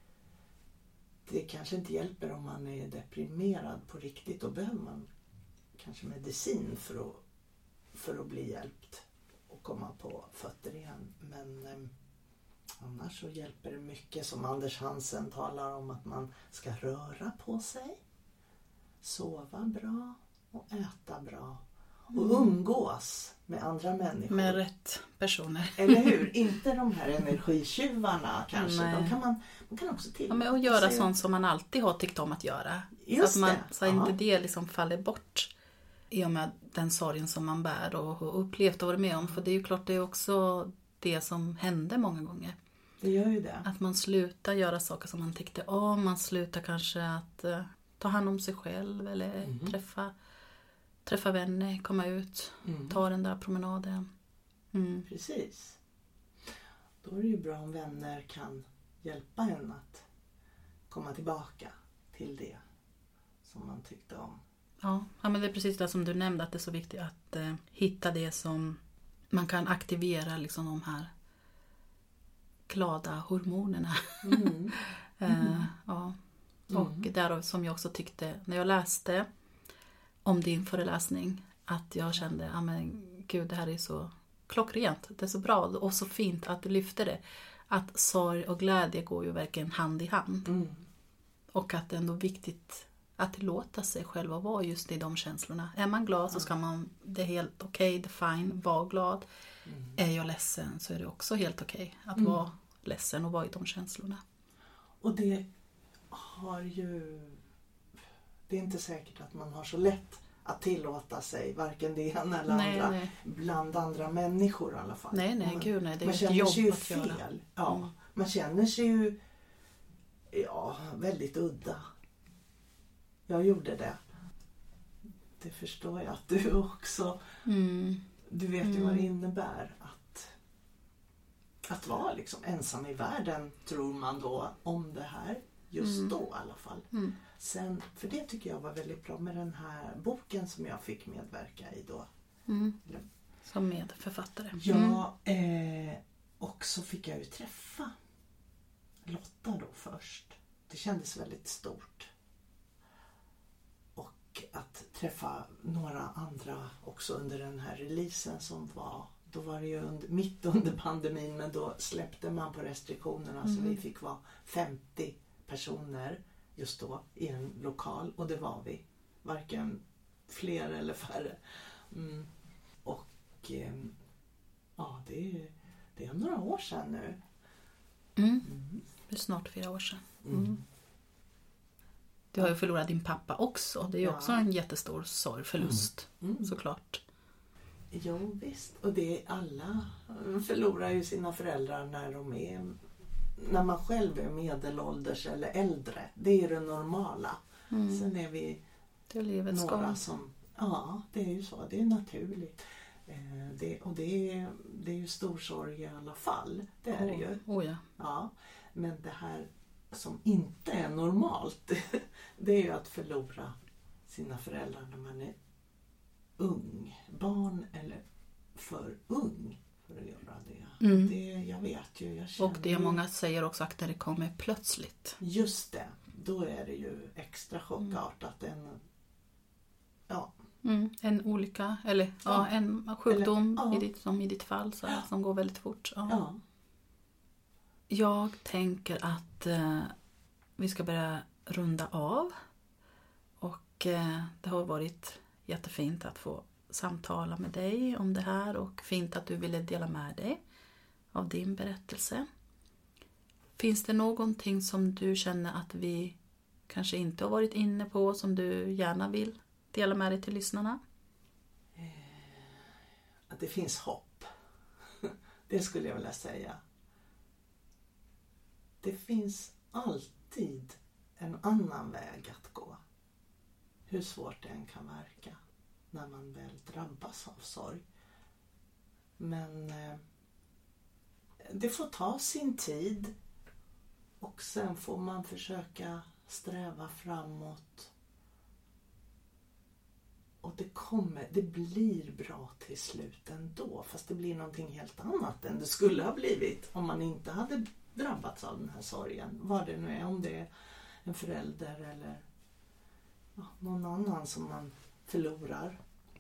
Det kanske inte hjälper om man är deprimerad på riktigt. Då behöver man kanske medicin för att, för att bli hjälpt och komma på fötter igen. Men eh, annars så hjälper det mycket som Anders Hansen talar om att man ska röra på sig, sova bra och äta bra. Och umgås med andra människor. Med rätt personer. Eller hur? Inte de här energitjuvarna kanske. Nej. De kan man, man kan också till. Ja, men och göra sig... sånt som man alltid har tyckt om att göra. Just så att man, det. så att inte det liksom faller bort i och med den sorgen som man bär och har upplevt och varit med om. För det är ju klart det är också det som hände många gånger. Det gör ju det. Att man slutar göra saker som man tyckte om. Man slutar kanske att uh, ta hand om sig själv eller mm. träffa... Träffa vänner, komma ut, mm. ta den där promenaden. Mm. Precis. Då är det ju bra om vänner kan hjälpa en att komma tillbaka till det som man tyckte om. Ja, ja men det är precis det som du nämnde, att det är så viktigt att eh, hitta det som man kan aktivera, liksom de här glada hormonerna. Mm. eh, ja. Och mm. därav som jag också tyckte, när jag läste om din föreläsning, att jag kände, ja men gud, det här är så klockrent, det är så bra och så fint att du lyfter det. Att sorg och glädje går ju verkligen hand i hand. Mm. Och att det är ändå viktigt att låta sig själv vara just i de känslorna. Är man glad så ska man, det är helt okej, okay, det är fine, var glad. Mm. Är jag ledsen så är det också helt okej okay att mm. vara ledsen och vara i de känslorna. Och det har ju... Det är inte säkert att man har så lätt att tillåta sig varken det ena eller nej, andra nej. bland andra människor i alla fall. Nej, nej, man, gud nej. Det är man ett känner jobb sig ju att fel. göra. Ja, Mm. man känner sig ju ja, väldigt udda. Jag gjorde det. Det förstår jag att du också... Mm. Du vet mm. ju vad det innebär att, att vara liksom ensam i världen, tror man då, om det här. Just mm. då i alla fall. Mm. Sen, för det tycker jag var väldigt bra med den här boken som jag fick medverka i då. Mm. Som medförfattare. Ja, mm. eh, och så fick jag ju träffa Lotta då först. Det kändes väldigt stort. Och att träffa några andra också under den här releasen som var, då var det ju under, mitt under pandemin, men då släppte man på restriktionerna mm. så vi fick vara femtio personer just då i en lokal, och det var vi. Varken fler eller färre. Mm. Och eh, ja, det är, det är några år sedan nu. Mm. Mm. Det är snart fyra år sedan. Mm. Mm. Du har ju förlorat din pappa också. Det är ju ja. också en jättestor sorg, förlust, mm. Mm. såklart. Jo visst, och det är alla förlorar ju sina föräldrar när de är, när man själv är medelålders eller äldre. Det är det normala. Mm. Sen är vi det är livets några gång. som, ja det är ju så, det är naturligt. Eh, det, och det är, det är ju stor sorg i alla fall, det är det oh, ju. Oh ja. Ja, men det här som inte är normalt, det är ju att förlora sina föräldrar när man är ung, barn eller för ung för att göra det. Mm. Det jag vet ju, jag känner och det många säger också att det kommer plötsligt. Just det, då är det ju extra chockartat. Mm. En, ja. Mm, en olycka eller ja. Ja, en sjukdom eller, ja. i ditt, som i ditt fall så, ja. som går väldigt fort. Ja. Ja. Jag tänker att eh, vi ska börja runda av, och eh, det har varit jättefint att få samtala med dig om det här, och fint att du ville dela med dig av din berättelse. Finns det någonting som du känner att vi kanske inte har varit inne på som du gärna vill dela med dig till lyssnarna? Att det finns hopp. Det skulle jag vilja säga. Det finns alltid en annan väg att gå. Hur svårt det än kan verka när man väl drabbas av sorg. Men eh, det får ta sin tid, och sen får man försöka sträva framåt. Och det kommer, det blir bra till slut ändå, fast det blir någonting helt annat än det skulle ha blivit om man inte hade drabbats av den här sorgen. Vad det nu är, om det är en förälder eller ja, någon annan som man förlorar.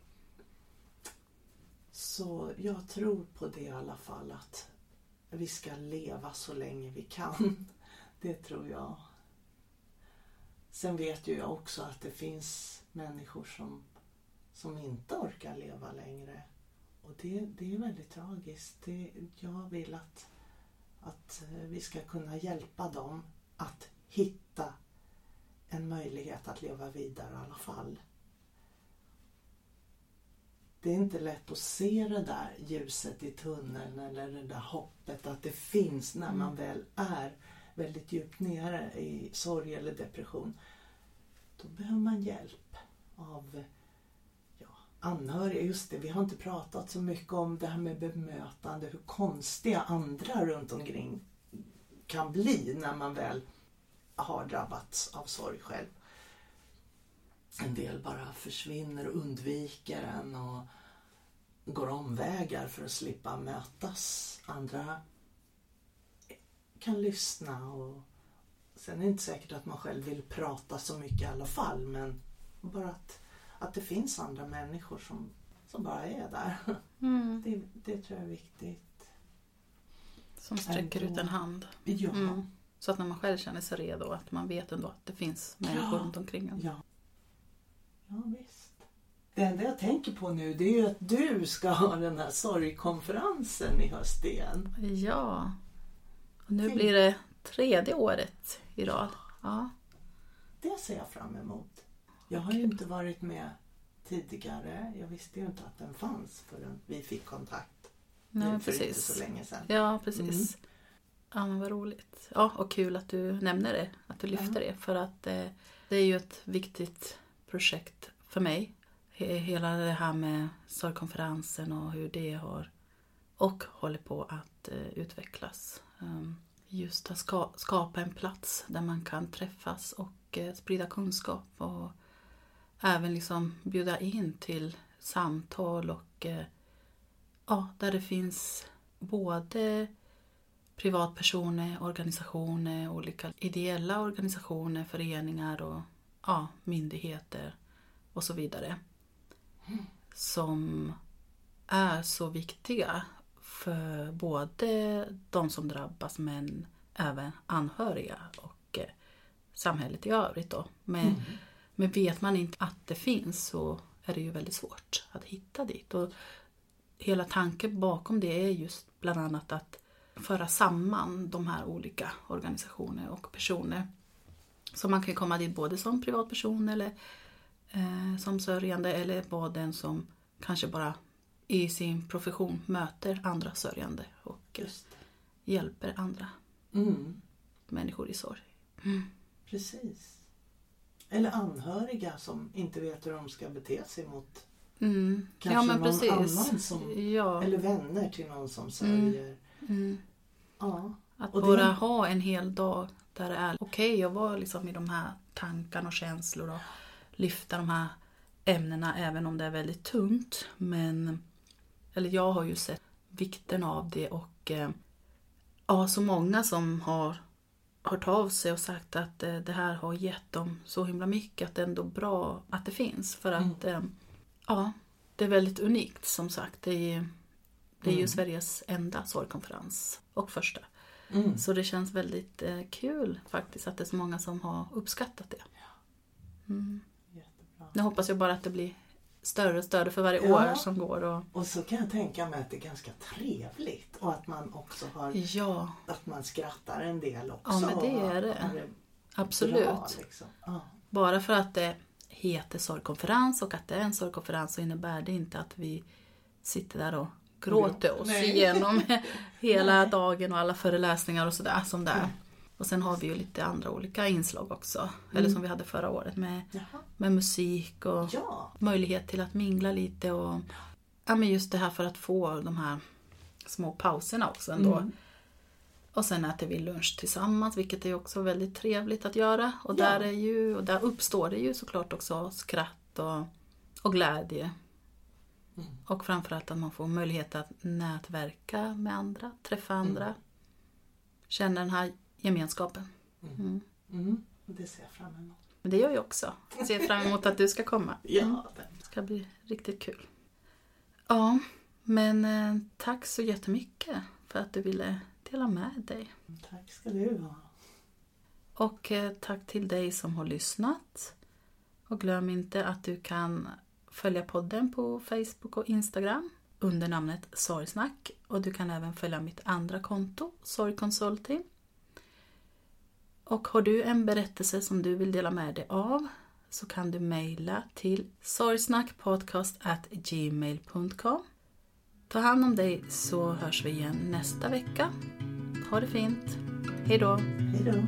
Så jag tror på det i alla fall, att vi ska leva så länge vi kan. Det tror jag. Sen vet ju jag också att det finns människor som, som inte orkar leva längre. Och det, det är väldigt tragiskt. Det, jag vill att, att vi ska kunna hjälpa dem att hitta en möjlighet att leva vidare i alla fall. Det är inte lätt att se det där ljuset i tunneln eller det där hoppet att det finns när man väl är väldigt djupt nere i sorg eller depression. Då behöver man hjälp av ja, anhöriga. Just det, vi har inte pratat så mycket om det här med bemötande, hur konstiga andra runt omkring kan bli när man väl har drabbats av sorg själv. En del bara försvinner och undviker en och går omvägar för att slippa mötas. Andra kan lyssna, och sen är det inte säkert att man själv vill prata så mycket i alla fall, men bara att, att det finns andra människor som, som bara är där. Mm. Det, det tror jag är viktigt. Som sträcker ändå ut en hand. Ja. Mm. Så att när man själv känner sig redo, att man vet ändå att det finns människor ja. runt omkring en. Ja. Ja, visst. Det enda jag tänker på nu, det är ju att du ska ha den här sorgkonferensen i höst igen. Ja. Och nu blir det tredje året i rad. Ja. Det ser jag fram emot. Jag har ju inte varit med tidigare. Jag visste ju inte att den fanns förrän vi fick kontakt. Nej, för precis. inte så länge sedan. Ja, precis. Mm. Ja, men vad roligt. Ja, och kul att du nämner det. Att du lyfter Ja. det. För att eh, det är ju ett viktigt projekt för mig. Hela det här med sorgkonferensen och hur det har och håller på att eh, utvecklas. Um, just att ska, skapa en plats där man kan träffas och eh, sprida kunskap. Och även liksom bjuda in till samtal och eh, ja, där det finns både privatpersoner, organisationer, olika ideella organisationer, föreningar och ja, myndigheter och så vidare. Mm. Som är så viktiga för både de som drabbas men även anhöriga och eh, samhället i övrigt då. Men, mm. men vet man inte att det finns så är det ju väldigt svårt att hitta dit. Och hela tanken bakom det är just bland annat att föra samman de här olika organisationer och personer. Så man kan komma dit både som privatperson eller eh, som sörjande eller både en som kanske bara i sin profession möter andra sörjande och just hjälper andra mm. människor i sorg. Mm. Precis. Eller anhöriga som inte vet hur de ska bete sig mot mm. kanske ja, men någon precis. annan som, ja. eller vänner till någon som sörjer. Mm. Mm. Ja. Att och bara det... ha en hel dag där det är okej okay, att vara liksom i de här tankarna och känslor och lyfta de här ämnena även om det är väldigt tungt. Men eller jag har ju sett vikten av det och eh, ja, så många som har hört av sig och sagt att eh, det här har gett dem så himla mycket att det är ändå bra att det finns. För att mm. eh, ja, det är väldigt unikt som sagt. Det är, det är ju mm. Sveriges enda sorgkonferens och första. Mm. Så det känns väldigt eh, kul faktiskt att det är så många som har uppskattat det. Mm. Jättebra. Nu hoppas jag bara att det blir större och större för varje ja. år som går. Och... och så kan jag tänka mig att det är ganska trevligt och att man också har ja. att man skrattar en del också. Ja, men det är det. det absolut. Bra, liksom. ja. Bara för att det heter sorgkonferens och att det är en sorgkonferens så innebär det inte att vi sitter där och gråter oss Nej. igenom hela Nej. dagen och alla föreläsningar och sådär som det är. Mm. Och sen har vi ju lite andra olika inslag också. Mm. Eller som vi hade förra året med, med musik och ja. möjlighet till att mingla lite. Och ja, men just det här för att få de här små pauserna också ändå. Mm. Och sen äter vi lunch tillsammans, vilket är också väldigt trevligt att göra. Och, ja. där, är ju, och där uppstår det ju såklart också skratt och, och glädje. Mm. Och framförallt att man får möjlighet att nätverka med andra, träffa andra. Mm. Känna den här gemenskapen. Mm. Mm. Det ser jag fram emot. Men det gör jag också. Jag ser fram emot att du ska komma. Ja, det ska bli riktigt kul. Ja, men eh, tack så jättemycket för att du ville dela med dig. Tack ska du ha. Och eh, tack till dig som har lyssnat. Och glöm inte att du kan följa podden på Facebook och Instagram under namnet Sorgsnack. Och du kan även följa mitt andra konto, Sorgconsulting. Och har du en berättelse som du vill dela med dig av så kan du mejla till sorgsnackpodcast at gmail dot com. Ta hand om dig så hörs vi igen nästa vecka. Ha det fint. Hej då. Hej då.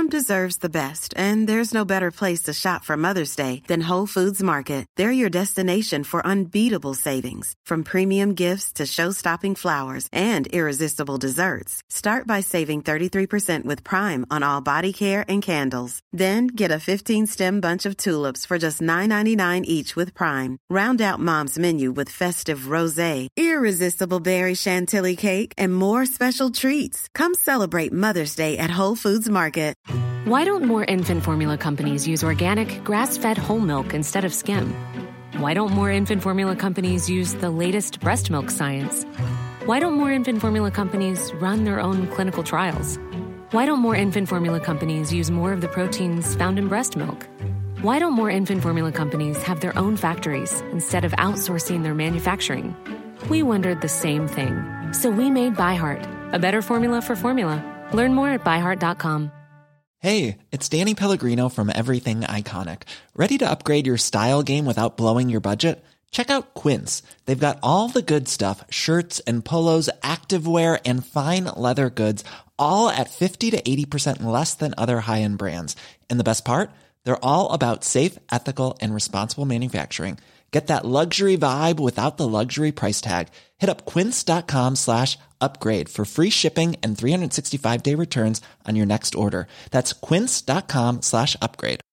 Mom deserves the best, and there's no better place to shop for Mother's Day than Whole Foods Market. They're your destination for unbeatable savings, from premium gifts to show-stopping flowers and irresistible desserts. Start by saving thirty-three percent with Prime on all body care and candles. Then get a fifteen-stem bunch of tulips for just nine ninety-nine each with Prime. Round out Mom's menu with festive rosé, irresistible berry chantilly cake, and more special treats. Come celebrate Mother's Day at Whole Foods Market. Why don't more infant formula companies use organic, grass-fed whole milk instead of skim? Why don't more infant formula companies use the latest breast milk science? Why don't more infant formula companies run their own clinical trials? Why don't more infant formula companies use more of the proteins found in breast milk? Why don't more infant formula companies have their own factories instead of outsourcing their manufacturing? We wondered the same thing. So we made ByHeart, a better formula for formula. Learn more at by heart dot com. Hey, it's Danny Pellegrino from Everything Iconic. Ready to upgrade your style game without blowing your budget? Check out Quince. They've got all the good stuff, shirts and polos, activewear, and fine leather goods, all at fifty to eighty percent less than other high-end brands. And the best part? They're all about safe, ethical, and responsible manufacturing. Get that luxury vibe without the luxury price tag. Hit up quince.com slash upgrade for free shipping and three sixty-five day returns on your next order. That's quince.com slash upgrade.